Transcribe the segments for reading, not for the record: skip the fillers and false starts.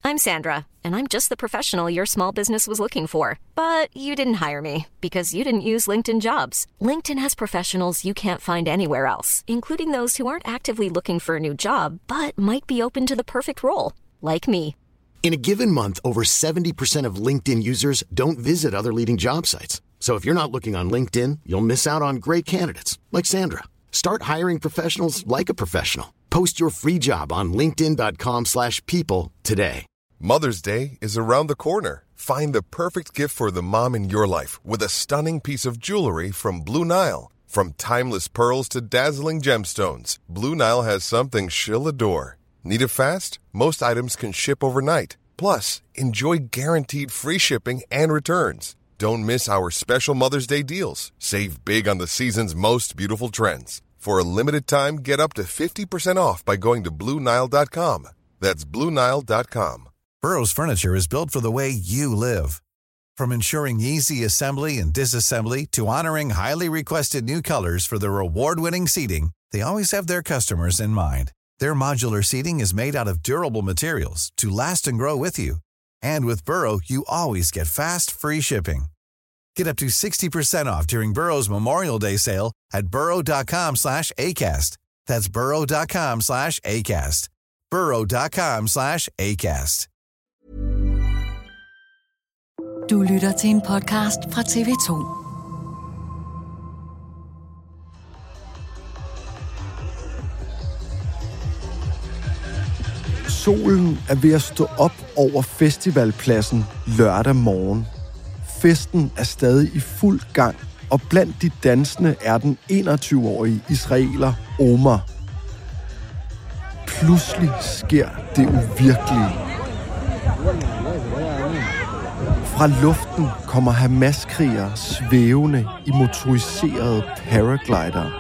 I'm Sandra, and I'm just the professional your small business was looking for. But you didn't hire me because you didn't use LinkedIn Jobs. LinkedIn has professionals you can't find anywhere else, including those who aren't actively looking for a new job, but might be open to the perfect role, like me. In a given month, over 70% of LinkedIn users don't visit other leading job sites. So if you're not looking on LinkedIn, you'll miss out on great candidates like Sandra. Start hiring professionals like a professional. Post your free job on linkedin.com/people today. Mother's Day is around the corner. Find the perfect gift for the mom in your life with a stunning piece of jewelry from Blue Nile. From timeless pearls to dazzling gemstones, Blue Nile has something she'll adore. Need it fast? Most items can ship overnight. Plus, enjoy guaranteed free shipping and returns. Don't miss our special Mother's Day deals. Save big on the season's most beautiful trends. For a limited time, get up to 50% off by going to BlueNile.com. That's BlueNile.com. Burrow's furniture is built for the way you live. From ensuring easy assembly and disassembly to honoring highly requested new colors for their award-winning seating, they always have their customers in mind. Their modular seating is made out of durable materials to last and grow with you. And with Burrow, you always get fast, free shipping. Get up to 60% off during Burrow's Memorial Day sale at burrow.com/ACAST. That's burrow.com/ACAST. burrow.com/ACAST. Du lytter til en podcast fra TV2. Solen er ved at stå op over festivalpladsen lørdag morgen. Festen er stadig i fuld gang, og blandt de dansende er den 21-årige israeler Omar. Pludselig sker det uvirkelige. Fra luften kommer Hamas-krigere svævende i motoriserede paraglider.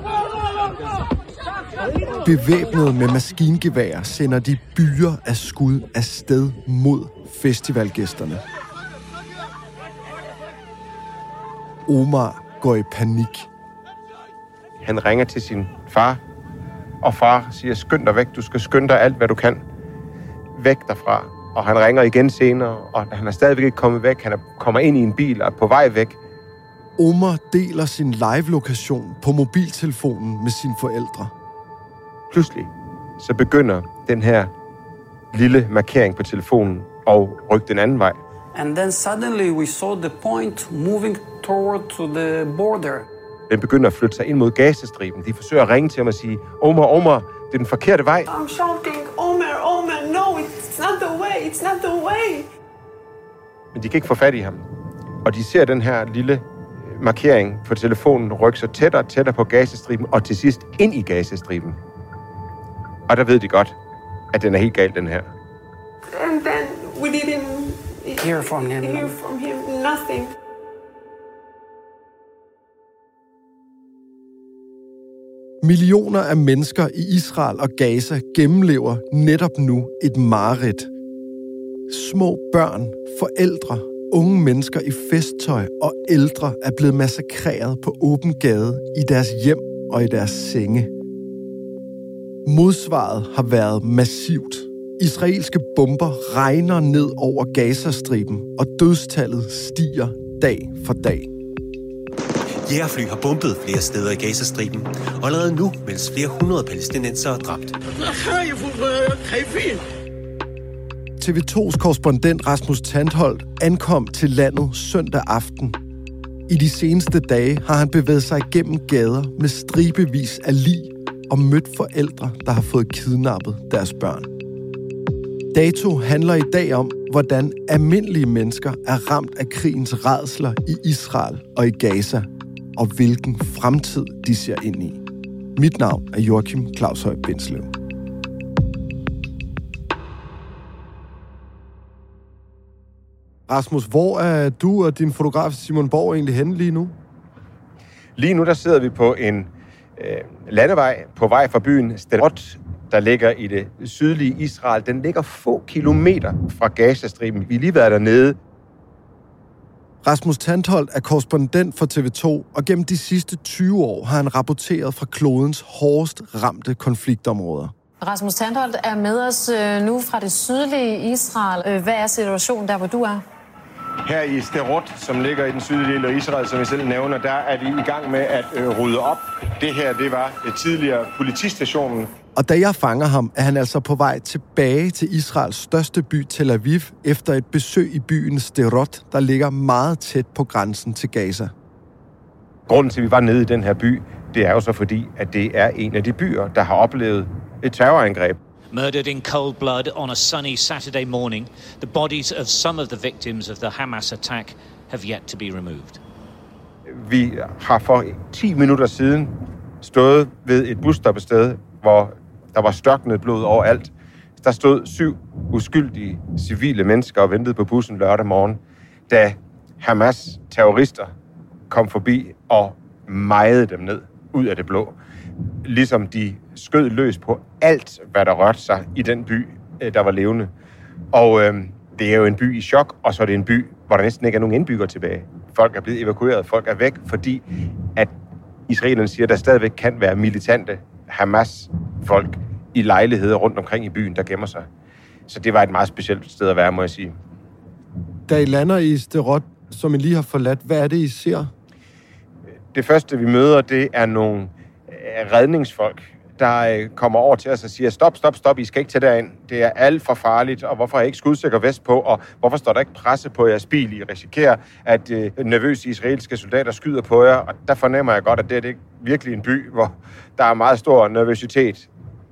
Bevæbnet med maskingeværer sender de byer af skud afsted mod festivalgæsterne. Omar går i panik. Han ringer til sin far, og far siger, skynd dig væk, du skal skynde dig alt, hvad du kan. Væk derfra. Og han ringer igen senere, og han er stadigvæk ikke kommet væk. Han kommer ind i en bil og er på vej væk. Omar deler sin live-lokation på mobiltelefonen med sine forældre. Pludselig så begynder den her lille markering på telefonen at rykke den anden vej. And then suddenly we saw the point moving toward to the border. Den begynder at flytte sig ind mod Gazastriben. De forsøger at ringe til ham og sige, Omar, det er den forkerte vej. I'm shouting, Omar, no, it's not the way. Men de kan ikke få fat i ham. Og de ser den her lille markering på telefonen rykke sig tættere og tættere på Gazastriben, og til sidst ind i Gazastriben. Og der ved de godt, at den er helt galt, den her. And then we didn't Hear from him, nothing. Millioner af mennesker i Israel og Gaza gennemlever netop nu et mareridt. Små børn, forældre, unge mennesker i festtøj og ældre er blevet massakreret på åben gade i deres hjem og i deres senge. Modsvaret har været massivt. Israelske bomber regner ned over Gazastriben, og dødstallet stiger dag for dag. Jægerfly har bombet flere steder i Gazastriben, og allerede nu mens flere hundrede palæstinensere er dræbt. TV2's korrespondent Rasmus Tantholdt ankom til landet søndag aften. I de seneste dage har han bevæget sig igennem gader med stribevis af lig og mødt forældre, der har fået kidnappet deres børn. Dato handler i dag om, hvordan almindelige mennesker er ramt af krigens rædsler i Israel og i Gaza, og hvilken fremtid de ser ind i. Mit navn er Joachim Claus Høj Bindslev. Rasmus, hvor er du og din fotograf Simon Borg egentlig henne lige nu? Lige nu der sidder vi på en landevej på vej fra byen Sderot, der ligger i det sydlige Israel. Den ligger få kilometer fra Gazastriben. Vi har lige været dernede. Rasmus Tantholdt er korrespondent for TV2, og gennem de sidste 20 år har han rapporteret fra klodens hårdest ramte konfliktområder. Rasmus Tandholt er med os nu fra det sydlige Israel. Hvad er situationen der, hvor du er? Her i Sderot, som ligger i den sydlige del af Israel, som jeg selv nævner, der er de i gang med at rydde op. Det her, det var tidligere politistationen. Og da jeg fanger ham, er han altså på vej tilbage til Israels største by, Tel Aviv, efter et besøg i byen Sderot, der ligger meget tæt på grænsen til Gaza. Grunden til, at vi var nede i den her by, det er jo så fordi, at det er en af de byer, der har oplevet et terrorangreb. Murdered in cold blood on a sunny Saturday morning, the bodies of some of the victims of the Hamas attack have yet to be removed. Vi har for 10 minutter siden stået ved et busstoppested, hvor der var størknet blod overalt. Der stod 7 uskyldige civile mennesker og ventede på bussen lørdag morgen, da Hamas terrorister kom forbi og mejede dem ned ud af det blå. Ligesom de skød løs på alt, hvad der rørte sig i den by, der var levende. Og det er jo en by i chok, og så er det en by, hvor der næsten ikke er nogen indbyggere tilbage. Folk er blevet evakueret, folk er væk, fordi at israelerne siger, at der stadigvæk kan være militante Hamas-folk i lejligheder rundt omkring i byen, der gemmer sig. Så det var et meget specielt sted at være, må jeg sige. Da I lander i Sderot, som I lige har forladt, hvad er det, I ser? Det første, vi møder, det er nogle redningsfolk, der kommer over til os og siger, stop, I skal ikke tage derind. Det er alt for farligt, og hvorfor har I ikke skudsikker vest på, og hvorfor står der ikke presse på jeres bil? I risikerer, at nervøse israelske soldater skyder på jer, og der fornemmer jeg godt, at det er virkelig en by, hvor der er meget stor nervøsitet.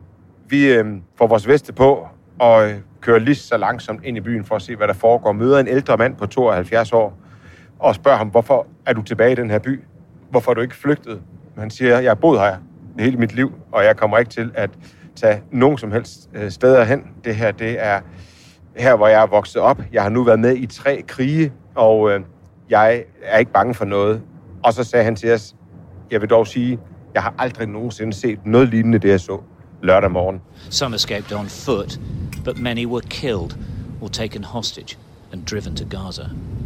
Vi får vores veste på og kører lige så langsomt ind i byen for at se, hvad der foregår. Møder en ældre mand på 72 år og spørger ham, hvorfor er du tilbage i den her by? Hvorfor er du ikke flygtet? Han siger, jeg har boet her hele mit liv, og jeg kommer ikke til at tage nogen som helst steder hen. Det her, det er her, hvor jeg er vokset op. Jeg har nu været med i 3 krige, og jeg er ikke bange for noget. Og så sagde han til os, jeg vil dog sige, jeg har aldrig nogensinde set noget lignende det, jeg så lørdag morgen. Some escaped on foot, but many were killed or taken hostage and driven to Gaza.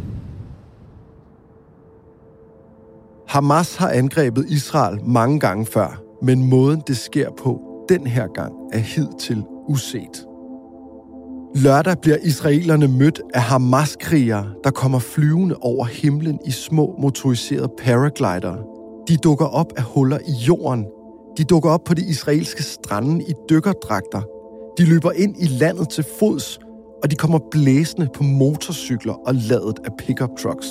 Hamas har angrebet Israel mange gange før, men måden det sker på den her gang er hidtil uset. Lørdag bliver israelerne mødt af Hamas-krigere, der kommer flyvende over himlen i små motoriserede paraglidere. De dukker op af huller i jorden. De dukker op på de israelske strande i dykkerdragter. De løber ind i landet til fods, og de kommer blæsende på motorcykler og ladet af pickup trucks.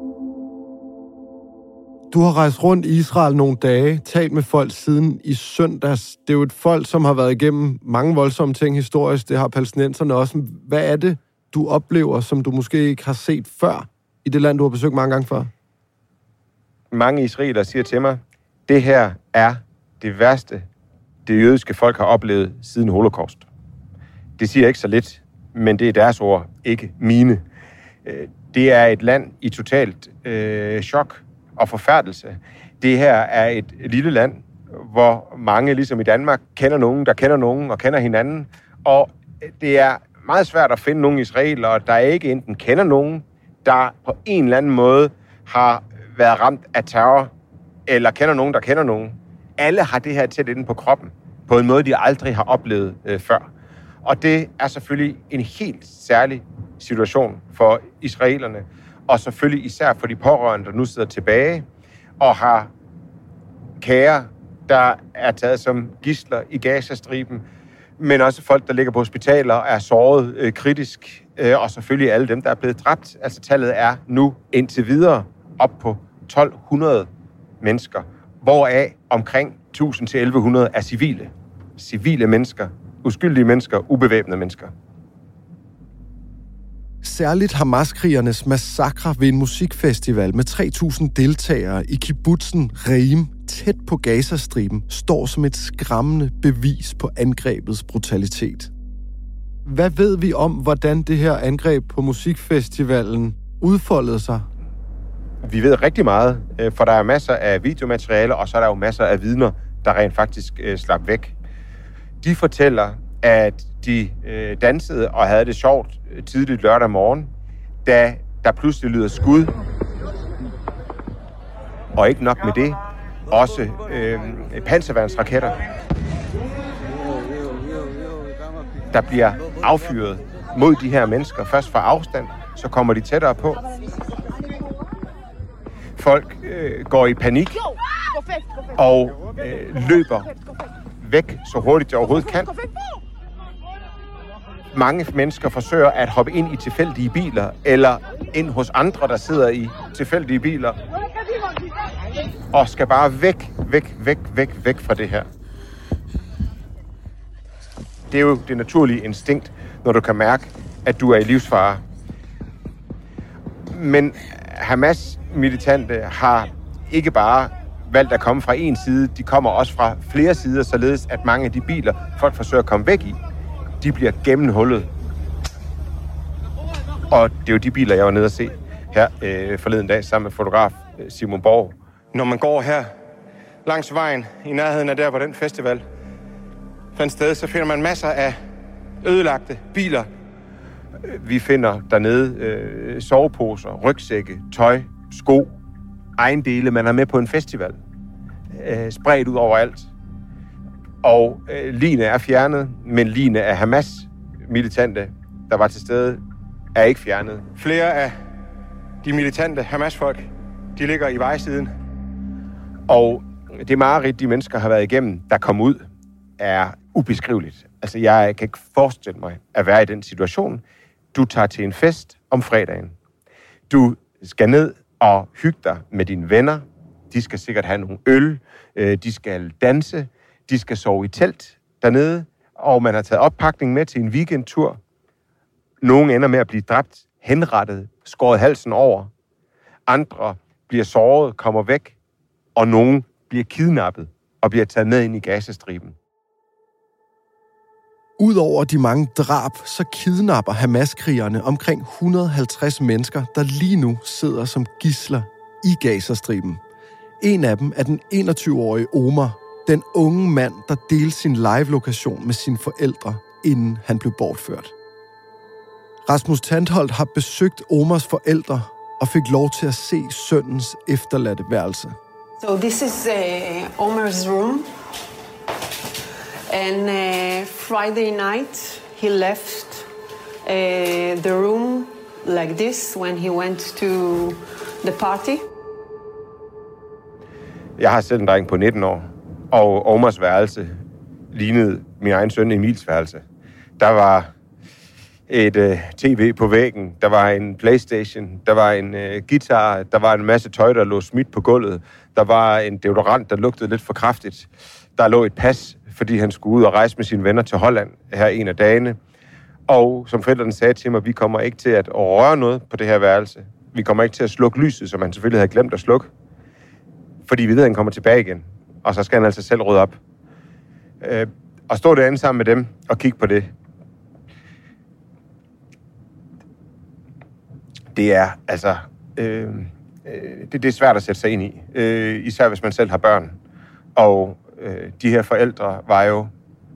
Du har rejst rundt i Israel nogle dage, talt med folk siden i søndags. Det er jo et folk, som har været igennem mange voldsomme ting historisk. Det har palæstinenserne også. Hvad er det, du oplever, som du måske ikke har set før i det land, du har besøgt mange gange før? Mange israelere siger til mig, det her er det værste, det jødiske folk har oplevet siden holocaust. Det siger ikke så lidt, men det er deres ord, ikke mine. Det er et land i totalt chok og forfærdelse. Det her er et lille land, hvor mange, ligesom i Danmark, kender nogen, der kender nogen og kender hinanden. Og det er meget svært at finde nogle israelere, der ikke enten kender nogen, der på en eller anden måde har været ramt af terror, eller kender nogen, der kender nogen. Alle har det her tæt inde på kroppen, på en måde, de aldrig har oplevet før. Og det er selvfølgelig en helt særlig situation for israelerne, og selvfølgelig især for de pårørende, der nu sidder tilbage og har kære, der er taget som gidsler i Gazastriben, men også folk, der ligger på hospitaler, er såret kritisk, og selvfølgelig alle dem, der er blevet dræbt. Altså tallet er nu indtil videre op på 1200 mennesker, hvoraf omkring 1000 til 1100 er civile. Civile mennesker, uskyldige mennesker, ubevæbnede mennesker. Særligt Hamas-krigernes massakre ved en musikfestival med 3.000 deltagere i kibbutzen Reim tæt på Gazastriben står som et skræmmende bevis på angrebets brutalitet. Hvad ved vi om, hvordan det her angreb på musikfestivalen udfoldede sig? Vi ved rigtig meget, for der er masser af videomateriale, og så er der jo masser af vidner, der rent faktisk slap væk. De fortæller, at de dansede og havde det sjovt tidligt lørdag morgen, da der pludselig lyder skud. Og ikke nok med det, også panserværnsraketter. Der bliver affyret mod de her mennesker, først fra afstand, så kommer de tættere på. Folk går i panik og løber væk så hurtigt de overhovedet kan. Mange mennesker forsøger at hoppe ind i tilfældige biler, eller ind hos andre, der sidder i tilfældige biler, og skal bare væk fra det her. Det er jo det naturlige instinkt, når du kan mærke, at du er i livsfare. Men Hamas-militante har ikke bare valgt at komme fra en side, de kommer også fra flere sider, således at mange af de biler, folk forsøger at komme væk i, de bliver gennemhullet. Og det er jo de biler, jeg var nede at se her forleden dag sammen med fotograf Simon Borg. Når man går her langs vejen i nærheden af der, hvor den festival fandt sted, så finder man masser af ødelagte biler. Vi finder dernede soveposer, rygsække, tøj, sko, ejendele, man har med på en festival. Spredt ud overalt. Og ligene er fjernet, men ligene af Hamas-militante, der var til stede, er ikke fjernet. Flere af de militante Hamas-folk, de ligger i vejsiden. Og det mareridt, de mennesker har været igennem, der kom ud, er ubeskriveligt. Altså, jeg kan ikke forestille mig at være i den situation. Du tager til en fest om fredagen. Du skal ned og hygge dig med dine venner. De skal sikkert have nogle øl. De skal danse. De skal sove i telt dernede. Og man har taget oppakning med til en weekendtur. Nogle ender med at blive dræbt, henrettet, skåret halsen over. Andre bliver såret, kommer væk. Og nogen bliver kidnappet og bliver taget med ind i Gazastriben. Udover de mange drab, så kidnapper Hamas-krigerne omkring 150 mennesker, der lige nu sidder som gidsler i Gazastriben. En af dem er den 21-årige Omar, den unge mand, der delte sin live-lokation med sine forældre, inden han blev bortført. Rasmus Tantholdt har besøgt Omars forældre og fik lov til at se sønnens efterladte værelse. So this is Omar's room. And Friday night, he left the room like this when he went to the party. Jeg har selv en dreng på 19 år, og Omars værelse lignede min egen søn Emils værelse. Der var et tv på væggen, der var en PlayStation, der var en guitar, der var en masse tøj, der lå smidt på gulvet, der var en deodorant, der lugtede lidt for kraftigt. Der lå et pas, fordi han skulle ud og rejse med sine venner til Holland her en af dagene. Og som forældrene sagde til mig, vi kommer ikke til at røre noget på det her værelse. Vi kommer ikke til at slukke lyset, som han selvfølgelig havde glemt at slukke. Fordi vi ved, at han kommer tilbage igen. Og så skal han altså selv rydde op. Og stå derinde sammen med dem og kigge på det. Det er altså... det er svært at sætte sig ind i. Især hvis man selv har børn. Og de her forældre var jo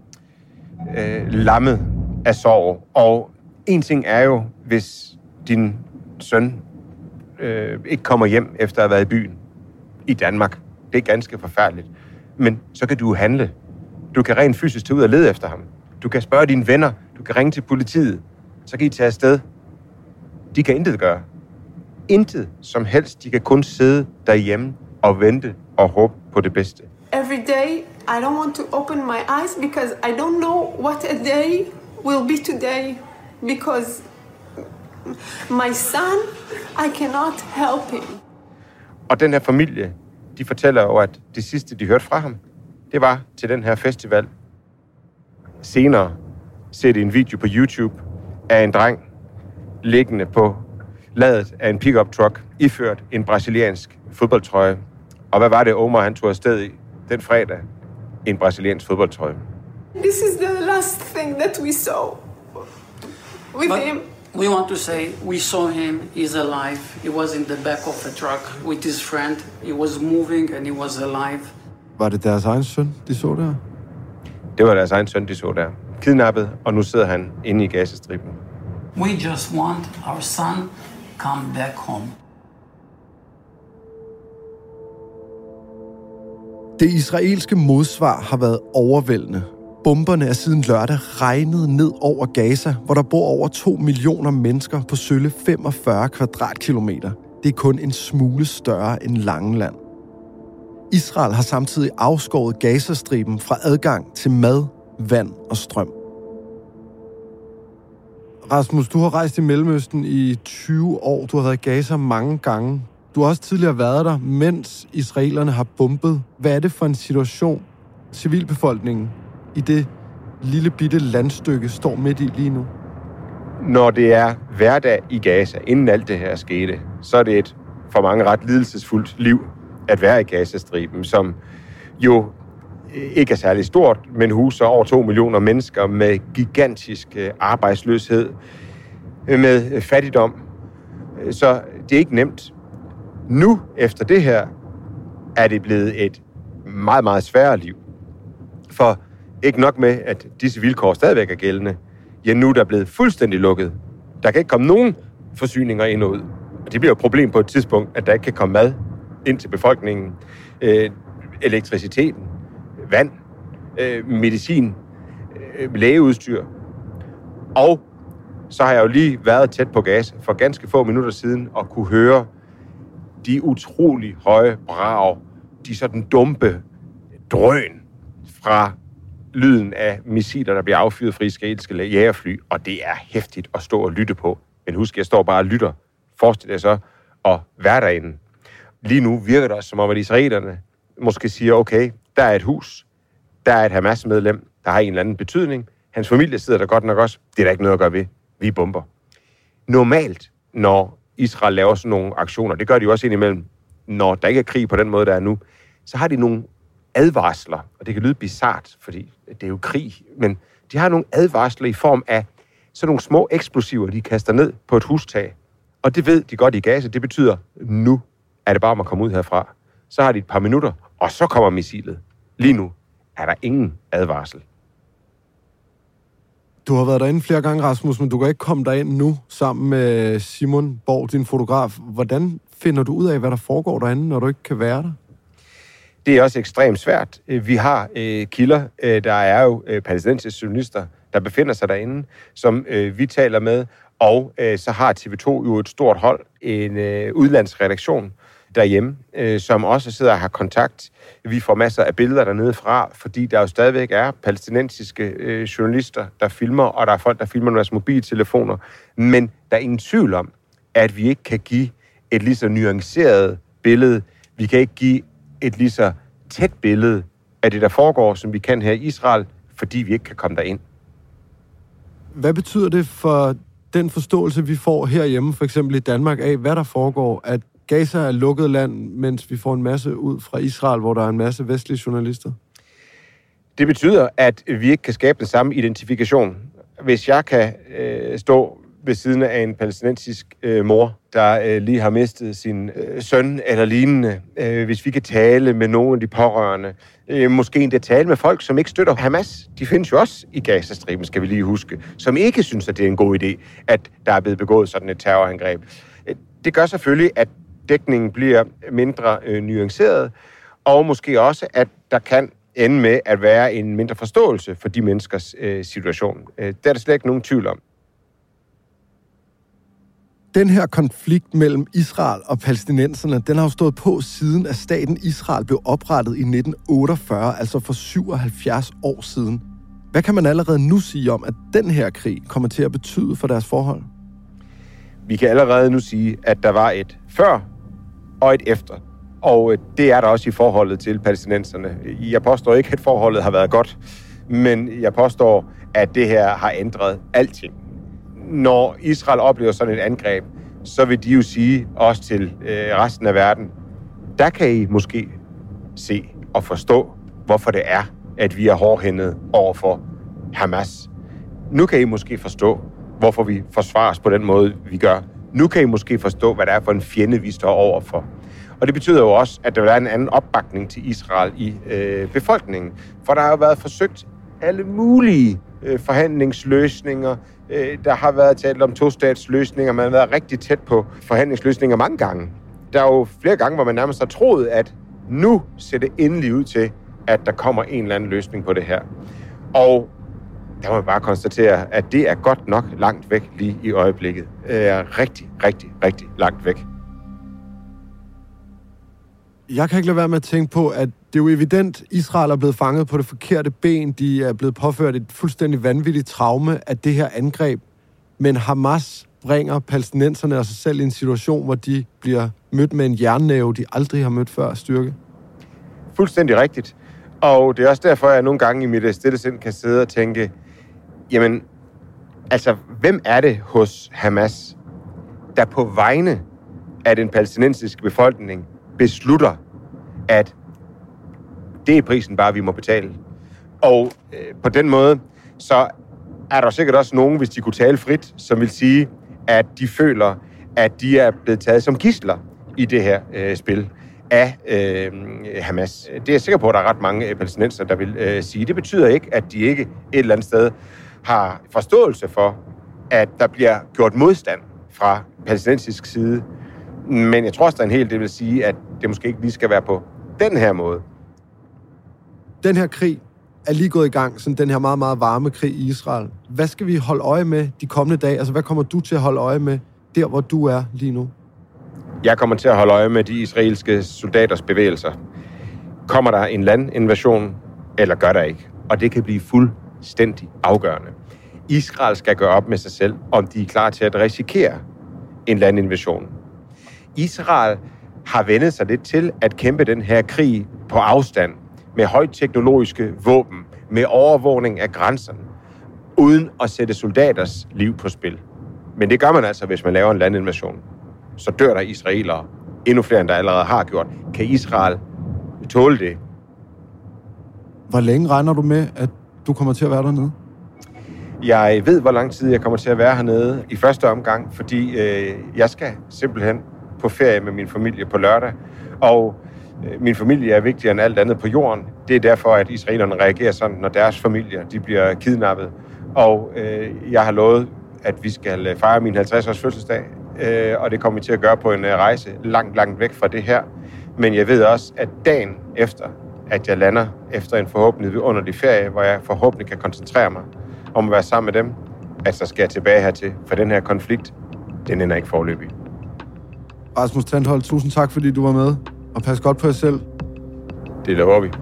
lammet af sorg. Og en ting er jo, hvis din søn ikke kommer hjem efter at have været i byen i Danmark. Det er ganske forfærdeligt. Men så kan du handle. Du kan rent fysisk tage ud og lede efter ham. Du kan spørge dine venner. Du kan ringe til politiet. Så kan I tage afsted. De kan intet gøre. Intet som helst. De kan kun sidde derhjemme og vente og håbe på det bedste. Every day, I don't want to open my eyes because I don't know what a day will be today. Because my son, I cannot help him. Og den her familie, de fortæller jo, at det sidste, de hørte fra ham, det var til den her festival. Senere ser de en video på YouTube af en dreng liggende på ladet af en pickup truck, iført en brasiliansk fodboldtrøje. Og hvad var det, Omar han tog afsted i den fredag? En brasiliansk fodboldtrøje. This is the last thing that we saw with him. We want to say we saw him, he's alive. He was in the back of a truck with his friend. He was moving and he was alive. Var det deres egen søn, de så der? Det var deres egen søn, de så der. Kidnappet, og nu sidder han inde i Gazastriben. We just want our son come back home. Det israelske modsvar har været overvældende. Bomberne er siden lørdag regnet ned over Gaza, hvor der bor over 2 millioner mennesker på sølle 45 kvadratkilometer. Det er kun en smule større end Langeland. Israel har samtidig afskåret Gazastriben fra adgang til mad, vand og strøm. Rasmus, du har rejst i Mellemøsten i 20 år. Du har været i Gaza mange gange. Du har også tidligere været der, mens israelerne har bombet. Hvad er det for en situation, civilbefolkningen i det lille bitte landstykke står midt i lige nu? Når det er hverdag i Gaza, inden alt det her skete, så er det et for mange ret lidelsesfuldt liv at være i Gazastriben, som jo ikke er særlig stort, men huser over 2 millioner mennesker med gigantisk arbejdsløshed, med fattigdom. Så det er ikke nemt. Nu, efter det her, er det blevet et meget, meget sværere liv. For ikke nok med, at disse vilkår stadigvæk er gældende, ja, nu er der blevet fuldstændig lukket. Der kan ikke komme nogen forsyninger ind og ud. Og det bliver et problem på et tidspunkt, at der ikke kan komme mad ind til befolkningen. Elektriciteten, vand, medicin, lægeudstyr. Og så har jeg jo lige været tæt på Gaza for ganske få minutter siden og kunne høre de utrolig høje brag, de sådan dumpe drøn fra lyden af missiler, der bliver affyret fra israelske jagerfly, og det er hæftigt at stå og lytte på. Men husk, jeg står bare og lytter. Forestil dig så at være derinde. Lige nu virker det også som om, at israelerne måske siger, okay, der er et hus, der er et Hamas-medlem, der har en eller anden betydning. Hans familie sidder der godt nok også. Det er der ikke noget at gøre ved. Vi bomber. Normalt, når Israel laver sådan nogle aktioner, det gør de jo også indimellem, når der ikke er krig på den måde, der er nu, så har de nogle advarsler, og det kan lyde bizart, fordi det er jo krig, men de har nogle advarsler i form af sådan nogle små eksplosiver, de kaster ned på et hustag. Og det ved de godt i Gaza. Det betyder, nu er det bare om at komme ud herfra. Så har de et par minutter, og så kommer missilet. Lige nu er der ingen advarsel. Du har været derinde flere gange, Rasmus, men du kan ikke komme derind nu sammen med Simon Borg, din fotograf. Hvordan finder du ud af, hvad der foregår derinde, når du ikke kan være der? Det er også ekstremt svært. Vi har kilder, der er jo palæstinensiske journalister, der befinder sig derinde, som vi taler med, og så har TV2 jo et stort hold, en udlandsredaktion derhjemme, som også sidder og har kontakt. Vi får masser af billeder dernede fra, fordi der jo stadigvæk er palæstinensiske journalister, der filmer, og der er folk, der filmer med deres mobiltelefoner. Men der er ingen tvivl om, at vi ikke kan give et lige så nuanceret billede. Vi kan ikke give et lige så tæt billede af det, der foregår, som vi kan her i Israel, fordi vi ikke kan komme derind. Hvad betyder det for den forståelse, vi får herhjemme, for eksempel i Danmark, af hvad der foregår, at Gaza er lukket land, mens vi får en masse ud fra Israel, hvor der er en masse vestlige journalister? Det betyder, at vi ikke kan skabe den samme identifikation. Hvis jeg kan stå ved siden af en palæstinensisk mor, der lige har mistet sin søn eller lignende, hvis vi kan tale med nogle af de pårørende, måske endda tale med folk, som ikke støtter Hamas. De findes jo også i Gazastriben, skal vi lige huske, som ikke synes, at det er en god idé, at der er blevet begået sådan et terrorangreb. Det gør selvfølgelig, at dækningen bliver mindre nuanceret, og måske også, at der kan ende med at være en mindre forståelse for de menneskers situation. Det er der slet ikke nogen tvivl om. Den her konflikt mellem Israel og palæstinenserne, den har jo stået på siden, at staten Israel blev oprettet i 1948, altså for 77 år siden. Hvad kan man allerede nu sige om, at den her krig kommer til at betyde for deres forhold? Vi kan allerede nu sige, at der var et før og et efter. Og det er der også i forholdet til palæstinenserne. Jeg påstår ikke, at forholdet har været godt, men jeg påstår, at det her har ændret alting. Når Israel oplever sådan et angreb, så vil de jo sige også til resten af verden, der kan I måske se og forstå, hvorfor det er, at vi er hårdhændet over for Hamas. Nu kan I måske forstå, hvorfor vi forsvarer os på den måde, vi gør. Nu kan I måske forstå, hvad det er for en fjende, vi står overfor. Og det betyder jo også, at der vil være en anden opbakning til Israel i befolkningen. For der har jo været forsøgt alle mulige forhandlingsløsninger. Der har været talt om tostatsløsninger. Man har været rigtig tæt på forhandlingsløsninger mange gange. Der er jo flere gange, hvor man nærmest har troet, at nu ser det endelig ud til, at der kommer en eller anden løsning på det her. Og der må jeg bare konstatere, at det er godt nok langt væk lige i øjeblikket. Rigtig, rigtig, rigtig langt væk. Jeg kan ikke lade være med at tænke på, at det er jo evident, at Israel er blevet fanget på det forkerte ben. De er blevet påført et fuldstændig vanvittigt traume af det her angreb. Men Hamas bringer palæstinenserne og sig selv i en situation, hvor de bliver mødt med en jernnæve, de aldrig har mødt før styrke. Fuldstændig rigtigt. Og det er også derfor, at jeg nogle gange i mit stille sind kan sidde og tænke, jamen, altså, hvem er det hos Hamas, der på vegne af den palæstinensiske befolkning beslutter, at det er prisen bare, vi må betale. Og på den måde, så er der sikkert også nogen, hvis de kunne tale frit, som vil sige, at de føler, at de er blevet taget som gidsler i det her spil af Hamas. Det er jeg sikker på, at der er ret mange palæstinenser, der vil sige. Det betyder ikke, at de ikke et eller andet sted har forståelse for, at der bliver gjort modstand fra palæstinensisk side. Men jeg tror også, der er en hel del vil sige, at det måske ikke lige skal være på den her måde. Den her krig er lige gået i gang, sådan den her meget, meget varme krig i Israel. Hvad skal vi holde øje med de kommende dage? Altså, hvad kommer du til at holde øje med der, hvor du er lige nu? Jeg kommer til at holde øje med de israelske soldaters bevægelser. Kommer der en landinvasion, eller gør der ikke? Og det kan blive fuldstændig afgørende. Israel skal gøre op med sig selv, om de er klar til at risikere en landinvasion. Israel har vendet sig lidt til at kæmpe den her krig på afstand, med højteknologiske våben, med overvågning af grænserne, uden at sætte soldaters liv på spil. Men det gør man altså, hvis man laver en landinvasion. Så dør der israelere, endnu flere end der allerede har gjort. Kan Israel tåle det? Hvor længe regner du med, at du kommer til at være dernede? Jeg ved, hvor lang tid jeg kommer til at være hernede i første omgang, fordi jeg skal simpelthen på ferie med min familie på lørdag. Og min familie er vigtigere end alt andet på jorden. Det er derfor, at israelerne reagerer sådan, når deres familier de bliver kidnappet. Og jeg har lovet, at vi skal fejre min 50-års fødselsdag, og det kommer vi til at gøre på en rejse langt, langt væk fra det her. Men jeg ved også, at dagen efter, at jeg lander efter en forhåbentlig vidunderlig ferie, hvor jeg forhåbentlig kan koncentrere mig om at være sammen med dem, at så skal jeg tilbage hertil, for den her konflikt, den ender ikke foreløbig. Rasmus Tantholdt, tusind tak, fordi du var med, og pas godt på jer selv. Det lover vi.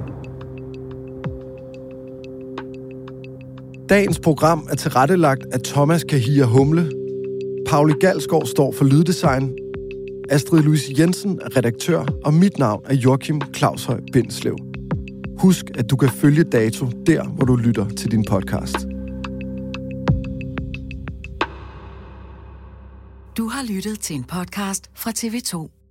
Dagens program er tilrettelagt af Thomas Kahir Humle. Pauli Galsgaard står for lyddesign. Astrid Louise Jensen er redaktør, og mit navn er Joachim Claushøj Bindslev. Husk, at du kan følge Dato der, hvor du lytter til din podcast. Du har lyttet til en podcast fra TV2.